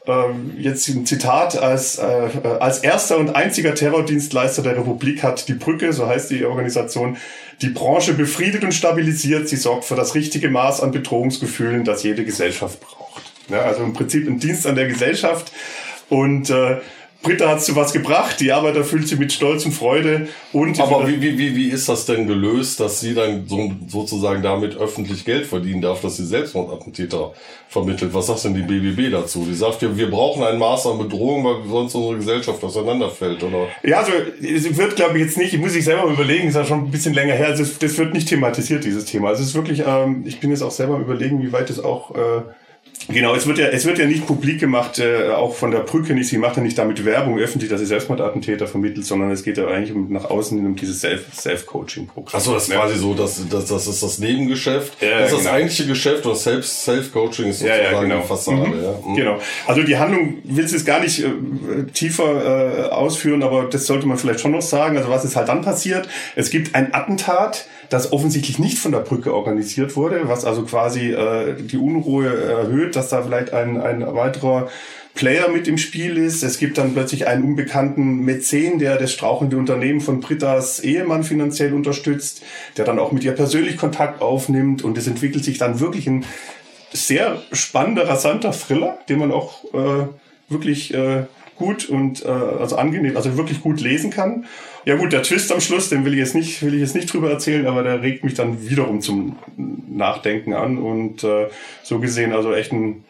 jetzt ein Zitat: als, äh, als erster und einziger Terrordienstleister der Republik hat die Brücke, so heißt die Organisation, die Branche befriedet und stabilisiert. Sie sorgt für das richtige Maß an Bedrohungsgefühlen, das jede Gesellschaft braucht. Ja, also im Prinzip ein Dienst an der Gesellschaft. Und äh, Britta hat zu was gebracht, die Arbeit erfüllt sie mit Stolz und Freude. Und Aber wie, wie, wie, wie ist das denn gelöst, dass sie dann so, sozusagen damit öffentlich Geld verdienen darf, dass sie Selbstmordattentäter vermittelt? Was sagt denn die B B B dazu? Die sagt ja, wir brauchen ein Maß an Bedrohung, weil sonst unsere Gesellschaft auseinanderfällt, oder? Ja, also es wird, glaube ich, jetzt nicht, ich muss ich selber überlegen, ist ja schon ein bisschen länger her, also das, das wird nicht thematisiert, dieses Thema. Also es ist wirklich, ähm, ich bin jetzt auch selber am Überlegen, wie weit es auch... Äh, Genau, es wird ja, es wird ja nicht publik gemacht, äh, auch von der Brücke nicht. Sie macht ja nicht damit Werbung öffentlich, dass sie Selbstmordattentäter vermittelt, sondern es geht ja eigentlich um, nach außen um dieses Self, Self-Coaching-Programm. Achso, das ist quasi so, dass, dass, das ist das Nebengeschäft. Ja, das ist genau. das eigentliche Geschäft, oder Self, Self-Coaching ist sozusagen ja, ja, genau. die Fassade. Mhm. Ja. Mhm. Genau. Also die Handlung willst du jetzt gar nicht äh, tiefer äh, ausführen, aber das sollte man vielleicht schon noch sagen. Also was ist halt dann passiert? Es gibt ein Attentat, das offensichtlich nicht von der Brücke organisiert wurde, was also quasi äh, die Unruhe erhöht, dass da vielleicht ein, ein weiterer Player mit im Spiel ist. Es gibt dann plötzlich einen unbekannten Mäzen, der das strauchelnde Unternehmen von Brittas Ehemann finanziell unterstützt, der dann auch mit ihr persönlich Kontakt aufnimmt, und es entwickelt sich dann wirklich ein sehr spannender, rasanter Thriller, den man auch äh, wirklich äh, gut und äh, also angenehm, also wirklich gut lesen kann. Ja gut, der Twist am Schluss, den will ich jetzt nicht, will ich jetzt nicht drüber erzählen, aber der regt mich dann wiederum zum Nachdenken an, und äh, so gesehen also echt ein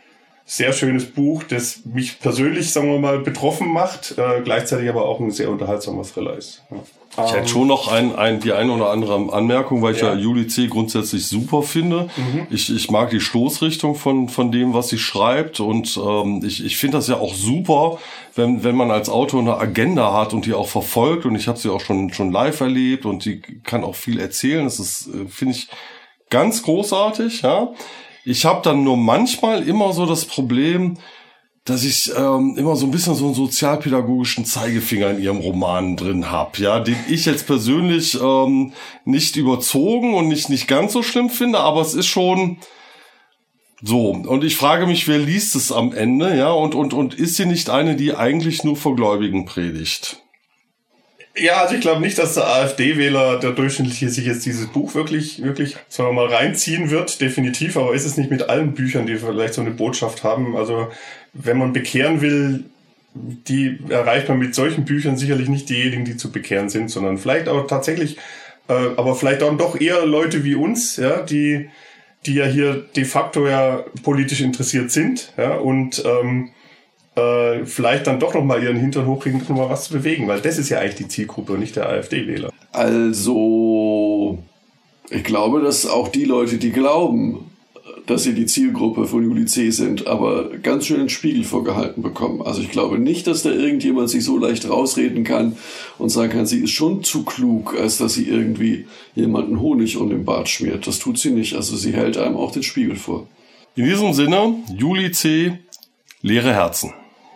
sehr schönes Buch, das mich persönlich, sagen wir mal, betroffen macht, äh, gleichzeitig aber auch ein sehr unterhaltsamer Thriller ist. Ja. Ich hätte schon noch ein, ein, die eine oder andere Anmerkung, weil ich ja, ja Julie C. grundsätzlich super finde. Mhm. Ich, ich mag die Stoßrichtung von, von dem, was sie schreibt, und ähm, ich, ich finde das ja auch super, wenn, wenn man als Autor eine Agenda hat und die auch verfolgt, und ich habe sie auch schon, schon live erlebt und die kann auch viel erzählen. Das ist, finde ich, ganz großartig, ja. Ich habe dann nur manchmal immer so das Problem, dass ich ähm, immer so ein bisschen so einen sozialpädagogischen Zeigefinger in ihrem Roman drin hab, ja, den ich jetzt persönlich ähm, nicht überzogen und nicht nicht ganz so schlimm finde, aber es ist schon so. Und ich frage mich, wer liest es am Ende, ja, und und und ist sie nicht eine, die eigentlich nur vor Gläubigen predigt? Ja, also ich glaube nicht, dass der AfD-Wähler, der durchschnittliche, sich jetzt dieses Buch wirklich, wirklich, sagen wir mal, reinziehen wird, definitiv, aber ist es nicht mit allen Büchern, die vielleicht so eine Botschaft haben. Also wenn man bekehren will, die erreicht man mit solchen Büchern sicherlich nicht diejenigen, die zu bekehren sind, sondern vielleicht auch tatsächlich, äh, aber vielleicht auch doch eher Leute wie uns, ja, die, die ja hier de facto ja politisch interessiert sind, ja, und ähm, äh, vielleicht dann doch nochmal ihren Hintern hochkriegen, nochmal was zu bewegen, weil das ist ja eigentlich die Zielgruppe und nicht der AfD-Wähler. Also, ich glaube, dass auch die Leute, die glauben, dass sie die Zielgruppe von Julie C. sind, aber ganz schön den Spiegel vorgehalten bekommen. Also ich glaube nicht, dass da irgendjemand sich so leicht rausreden kann und sagen kann, sie ist schon zu klug, als dass sie irgendwie jemanden Honig um den Bart schmiert. Das tut sie nicht. Also sie hält einem auch den Spiegel vor. In diesem Sinne, Julie C., leere Herzen.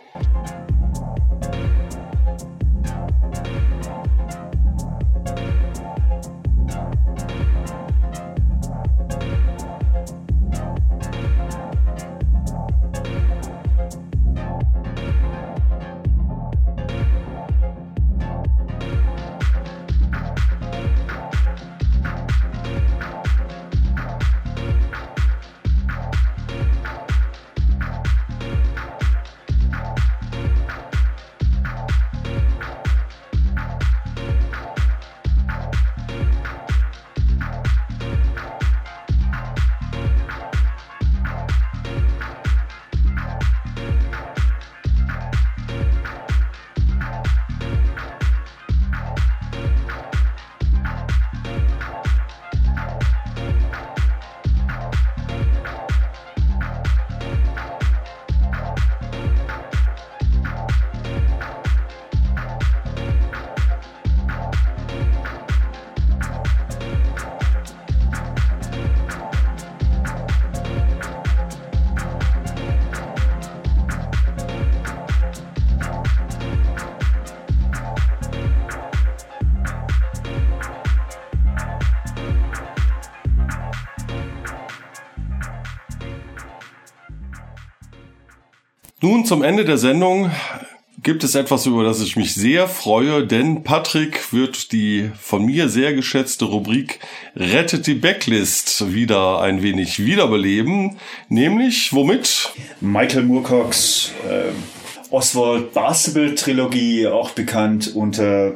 Nun zum Ende der Sendung gibt es etwas, über das ich mich sehr freue, denn Patrick wird die von mir sehr geschätzte Rubrik Rettet die Backlist wieder ein wenig wiederbeleben, nämlich womit? Michael Moorcocks äh, Oswald Bastable-Trilogie, auch bekannt unter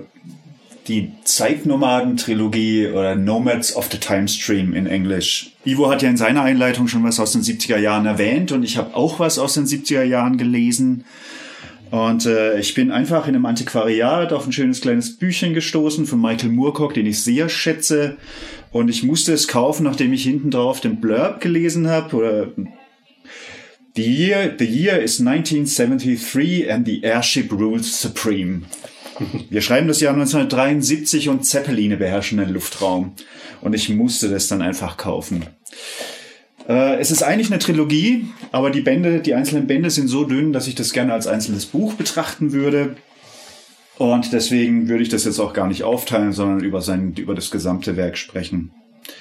die Zeitnomaden-Trilogie oder Nomads of the Time Stream in Englisch. Ivo hat ja in seiner Einleitung schon was aus den siebziger Jahren erwähnt und ich habe auch was aus den siebziger Jahren gelesen. Und äh, ich bin einfach in einem Antiquariat auf ein schönes kleines Büchchen gestoßen von Michael Moorcock, den ich sehr schätze. Und ich musste es kaufen, nachdem ich hinten drauf den Blurb gelesen habe. Oder The year, the year is nineteen seventy-three and the airship rules supreme. Wir schreiben das Jahr neunzehnhundertdreiundsiebzig und Zeppeline beherrschen den Luftraum. Und ich musste das dann einfach kaufen. Äh, es ist eigentlich eine Trilogie, aber die Bände, die einzelnen Bände sind so dünn, dass ich das gerne als einzelnes Buch betrachten würde. Und deswegen würde ich das jetzt auch gar nicht aufteilen, sondern über sein, über das gesamte Werk sprechen.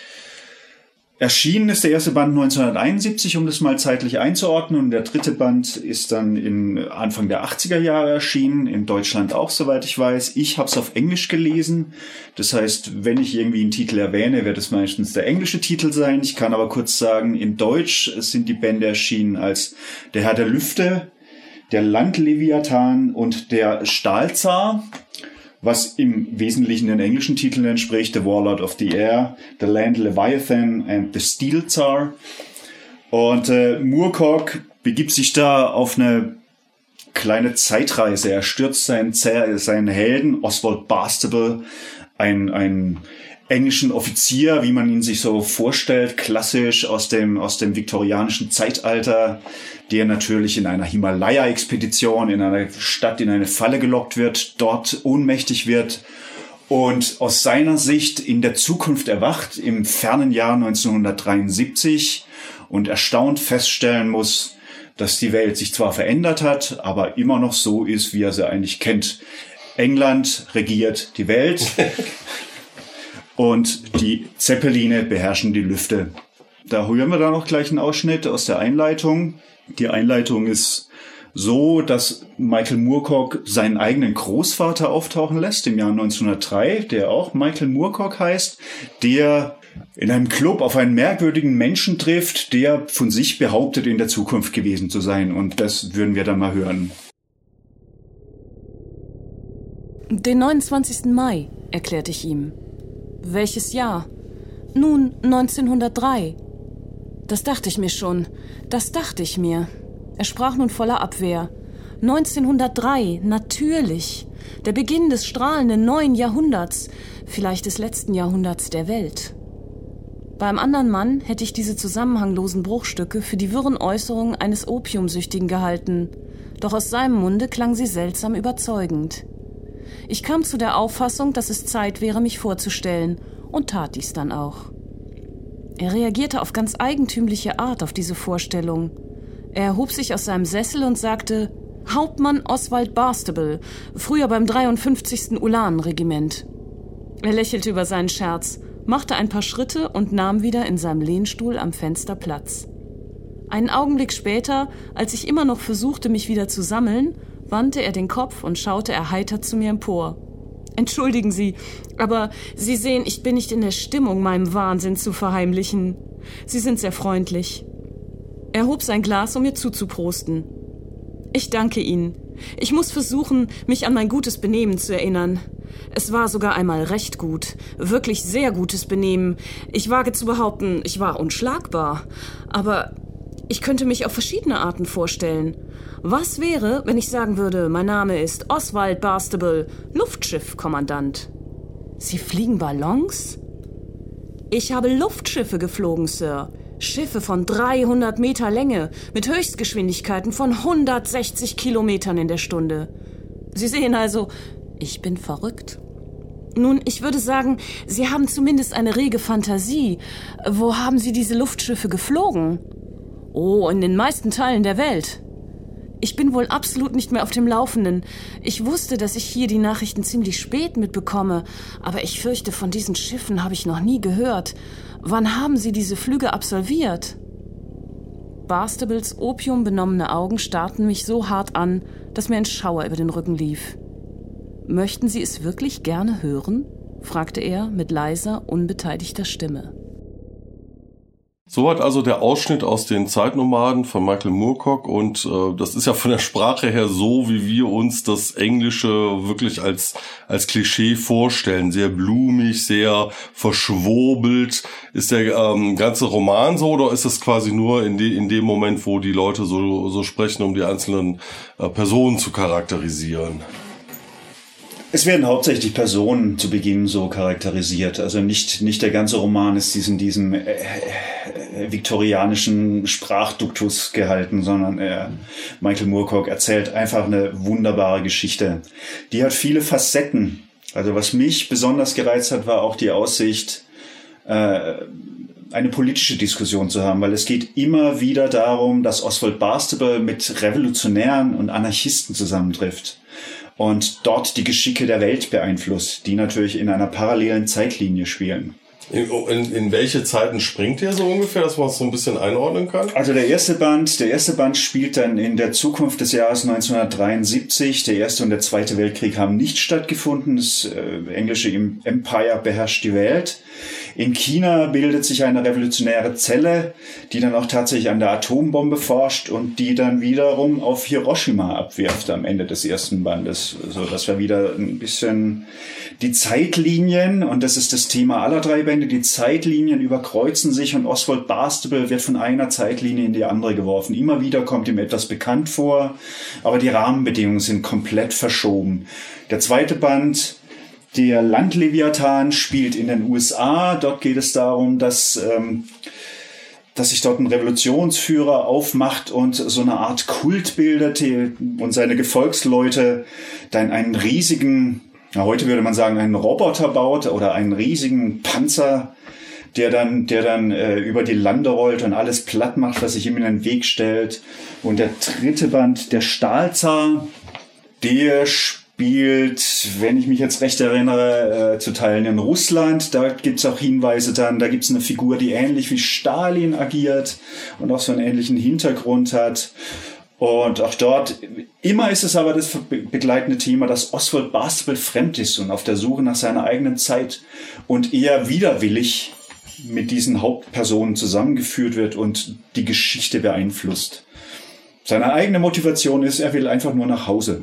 Erschienen ist der erste Band neunzehnhunderteinundsiebzig, um das mal zeitlich einzuordnen. Und der dritte Band ist dann in Anfang der achtziger Jahre erschienen. In Deutschland auch, soweit ich weiß. Ich habe es auf Englisch gelesen. Das heißt, wenn ich irgendwie einen Titel erwähne, wird es meistens der englische Titel sein. Ich kann aber kurz sagen, in Deutsch sind die Bände erschienen als Der Herr der Lüfte, Der Landleviathan und Der Stahlzar, was im Wesentlichen den englischen Titeln entspricht: The Warlord of the Air, The Land Leviathan and The Steel Tsar. Und äh, Moorcock begibt sich da auf eine kleine Zeitreise. Er stürzt seinen, seinen Helden Oswald Bastable, ein, ein englischen Offizier, wie man ihn sich so vorstellt, klassisch aus dem, aus dem viktorianischen Zeitalter, der natürlich in einer Himalaya-Expedition in einer Stadt in eine Falle gelockt wird, dort ohnmächtig wird und aus seiner Sicht in der Zukunft erwacht, im fernen Jahr neunzehnhundertdreiundsiebzig, und erstaunt feststellen muss, dass die Welt sich zwar verändert hat, aber immer noch so ist, wie er sie eigentlich kennt. England regiert die Welt und die Zeppeline beherrschen die Lüfte. Da hören wir dann noch gleich einen Ausschnitt aus der Einleitung. Die Einleitung ist so, dass Michael Moorcock seinen eigenen Großvater auftauchen lässt im Jahr neunzehnhundertdrei, der auch Michael Moorcock heißt, der in einem Club auf einen merkwürdigen Menschen trifft, der von sich behauptet, in der Zukunft gewesen zu sein. Und das würden wir dann mal hören. Den neunundzwanzigsten Mai, erklärte ich ihm. Welches Jahr? Nun, neunzehnhundertdrei. Das dachte ich mir schon. Das dachte ich mir. Er sprach nun voller Abwehr. neunzehnhundertdrei, natürlich. Der Beginn des strahlenden neuen Jahrhunderts, vielleicht des letzten Jahrhunderts der Welt. Beim anderen Mann hätte ich diese zusammenhanglosen Bruchstücke für die wirren Äußerungen eines Opiumsüchtigen gehalten. Doch aus seinem Munde klang sie seltsam überzeugend. Ich kam zu der Auffassung, dass es Zeit wäre, mich vorzustellen, und tat dies dann auch. Er reagierte auf ganz eigentümliche Art auf diese Vorstellung. Er erhob sich aus seinem Sessel und sagte: Hauptmann Oswald Bastable, früher beim dreiundfünfzigsten Ulanenregiment. Er lächelte über seinen Scherz, machte ein paar Schritte und nahm wieder in seinem Lehnstuhl am Fenster Platz. Einen Augenblick später, als ich immer noch versuchte, mich wieder zu sammeln, wandte er den Kopf und schaute erheitert zu mir empor. Entschuldigen Sie, aber Sie sehen, ich bin nicht in der Stimmung, meinem Wahnsinn zu verheimlichen. Sie sind sehr freundlich. Er hob sein Glas, um mir zuzuprosten. Ich danke Ihnen. Ich muss versuchen, mich an mein gutes Benehmen zu erinnern. Es war sogar einmal recht gut, wirklich sehr gutes Benehmen. Ich wage zu behaupten, ich war unschlagbar. Aber ich könnte mich auf verschiedene Arten vorstellen. Was wäre, wenn ich sagen würde, mein Name ist Oswald Bastable, Luftschiffkommandant? Sie fliegen Ballons? Ich habe Luftschiffe geflogen, Sir. Schiffe von dreihundert Meter Länge mit Höchstgeschwindigkeiten von hundertsechzig Kilometern in der Stunde. Sie sehen also, ich bin verrückt. Nun, ich würde sagen, Sie haben zumindest eine rege Fantasie. Wo haben Sie diese Luftschiffe geflogen? Oh, in den meisten Teilen der Welt. Ich bin wohl absolut nicht mehr auf dem Laufenden. Ich wusste, dass ich hier die Nachrichten ziemlich spät mitbekomme, aber ich fürchte, von diesen Schiffen habe ich noch nie gehört. Wann haben Sie diese Flüge absolviert? Bastables opiumbenommene Augen starrten mich so hart an, dass mir ein Schauer über den Rücken lief. »Möchten Sie es wirklich gerne hören?« fragte er mit leiser, unbeteiligter Stimme. Soweit also der Ausschnitt aus den Zeitnomaden von Michael Moorcock, und äh, das ist ja von der Sprache her so, wie wir uns das Englische wirklich als als Klischee vorstellen. Sehr blumig, sehr verschwurbelt. Ist der ähm, ganze Roman so, oder ist es quasi nur in, de, in dem Moment, wo die Leute so so sprechen, um die einzelnen äh, Personen zu charakterisieren? Es werden hauptsächlich Personen zu Beginn so charakterisiert. Also nicht nicht der ganze Roman ist diesen diesem äh, äh, viktorianischen Sprachduktus gehalten, sondern äh, Michael Moorcock erzählt einfach eine wunderbare Geschichte. Die hat viele Facetten. Also was mich besonders gereizt hat, war auch die Aussicht, äh, eine politische Diskussion zu haben, weil es geht immer wieder darum, dass Oswald Bastable mit Revolutionären und Anarchisten zusammentrifft und dort die Geschicke der Welt beeinflusst, die natürlich in einer parallelen Zeitlinie spielen. In, in, in welche Zeiten springt ihr so ungefähr, dass man es so ein bisschen einordnen kann? Also der erste Band, der erste Band spielt dann in der Zukunft des Jahres neunzehnhundertdreiundsiebzig. Der erste und der zweite Weltkrieg haben nicht stattgefunden. Das äh, englische Empire beherrscht die Welt. In China bildet sich eine revolutionäre Zelle, die dann auch tatsächlich an der Atombombe forscht und die dann wiederum auf Hiroshima abwirft am Ende des ersten Bandes. So dass wir wieder ein bisschen die Zeitlinien, und das ist das Thema aller drei Bände, die Zeitlinien überkreuzen sich und Oswald Bastable wird von einer Zeitlinie in die andere geworfen. Immer wieder kommt ihm etwas bekannt vor, aber die Rahmenbedingungen sind komplett verschoben. Der zweite Band, der Landleviathan, spielt in den U S A. Dort geht es darum, dass, ähm, dass sich dort ein Revolutionsführer aufmacht und so eine Art Kult bildet und seine Gefolgsleute dann einen riesigen, na, heute würde man sagen, einen Roboter baut oder einen riesigen Panzer, der dann, der dann äh, über die Lande rollt und alles platt macht, was sich ihm in den Weg stellt. Und der dritte Band, der Stahlzar, der spielt, wenn ich mich jetzt recht erinnere, äh, zu Teilen in Russland. Da gibt's auch Hinweise dann, da gibt's eine Figur, die ähnlich wie Stalin agiert und auch so einen ähnlichen Hintergrund hat. Und auch dort, immer ist es aber das begleitende Thema, dass Oswald Bastable fremd ist und auf der Suche nach seiner eigenen Zeit und eher widerwillig mit diesen Hauptpersonen zusammengeführt wird und die Geschichte beeinflusst. Seine eigene Motivation ist, er will einfach nur nach Hause.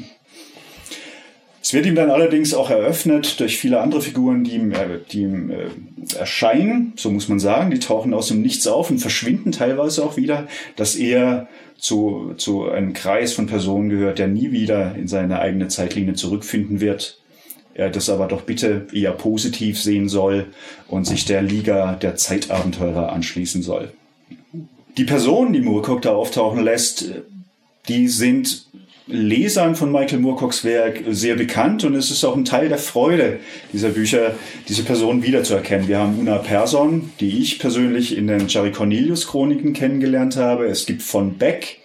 Es wird ihm dann allerdings auch eröffnet durch viele andere Figuren, die ihm, die ihm äh, erscheinen, so muss man sagen. Die tauchen aus dem Nichts auf und verschwinden teilweise auch wieder, dass er zu, zu einem Kreis von Personen gehört, der nie wieder in seine eigene Zeitlinie zurückfinden wird. Er das aber doch bitte eher positiv sehen soll und sich der Liga der Zeitabenteurer anschließen soll. Die Personen, die Moorcock da auftauchen lässt, die sind Lesern von Michael Moorcocks Werk sehr bekannt und es ist auch ein Teil der Freude dieser Bücher, diese Personen wiederzuerkennen. Wir haben Una Persson, die ich persönlich in den Jerry Cornelius Chroniken kennengelernt habe. Es gibt von Beck.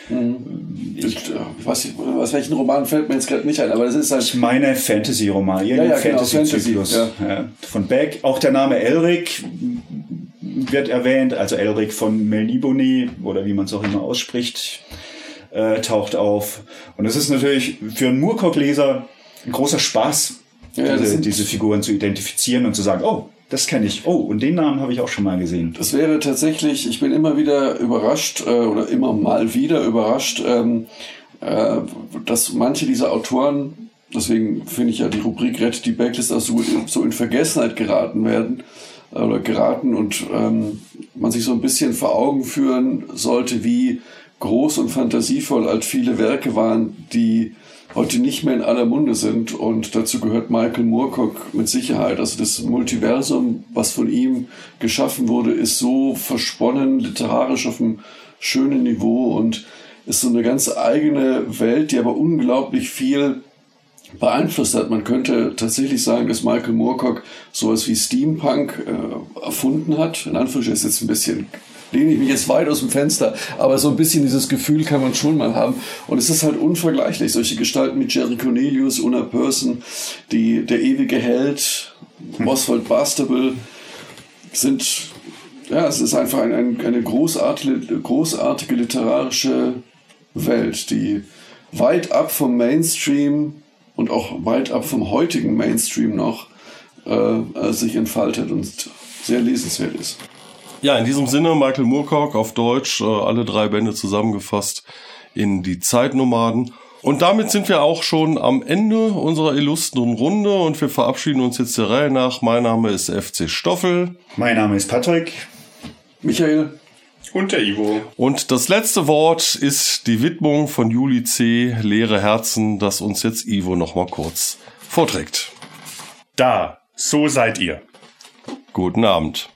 Ich, ich weiß nicht, aus welchen Roman fällt mir jetzt gerade nicht ein, aber das ist halt... Ich meine Fantasy-Roman, ja, ja, Fantasy-Zyklus. Genau, Fantasy, ja. Ja, von Beck. Auch der Name Elric wird erwähnt, also Elric von Melniboné oder wie man es auch immer ausspricht, äh, taucht auf. Und es ist natürlich für einen Moorcock-Leser ein großer Spaß, ja, diese, diese Figuren zu identifizieren und zu sagen, oh, das kenne ich. Oh, und den Namen habe ich auch schon mal gesehen. Das wäre tatsächlich, ich bin immer wieder überrascht äh, oder immer mal wieder überrascht, ähm, äh, dass manche dieser Autoren, deswegen finde ich ja die Rubrik Rettet die Backlist auch so, so in Vergessenheit geraten werden äh, oder geraten und ähm, man sich so ein bisschen vor Augen führen sollte, wie groß und fantasievoll halt viele Werke waren, die heute nicht mehr in aller Munde sind und dazu gehört Michael Moorcock mit Sicherheit. Also das Multiversum, was von ihm geschaffen wurde, ist so versponnen, literarisch auf einem schönen Niveau und ist so eine ganz eigene Welt, die aber unglaublich viel beeinflusst hat. Man könnte tatsächlich sagen, dass Michael Moorcock sowas wie Steampunk äh, erfunden hat. In Anführungsstrichen ist jetzt ein bisschen... lehne ich mich jetzt weit aus dem Fenster, aber so ein bisschen dieses Gefühl kann man schon mal haben. Und es ist halt unvergleichlich. Solche Gestalten wie Jerry Cornelius, Una Persson, die, der ewige Held, hm. Oswald Bastable sind, ja, es ist einfach ein, ein, eine großartige, großartige literarische Welt, die weit ab vom Mainstream und auch weit ab vom heutigen Mainstream noch äh, sich entfaltet und sehr lesenswert ist. Ja, in diesem Sinne, Michael Moorcock auf Deutsch, äh, alle drei Bände zusammengefasst in die Zeitnomaden. Und damit sind wir auch schon am Ende unserer illustren Runde und wir verabschieden uns jetzt der Reihe nach. Mein Name ist F C Stoffel. Mein Name ist Patrick. Michael. Und der Ivo. Und das letzte Wort ist die Widmung von Juli C., Leere Herzen, das uns jetzt Ivo nochmal kurz vorträgt. Da, so seid ihr. Guten Abend.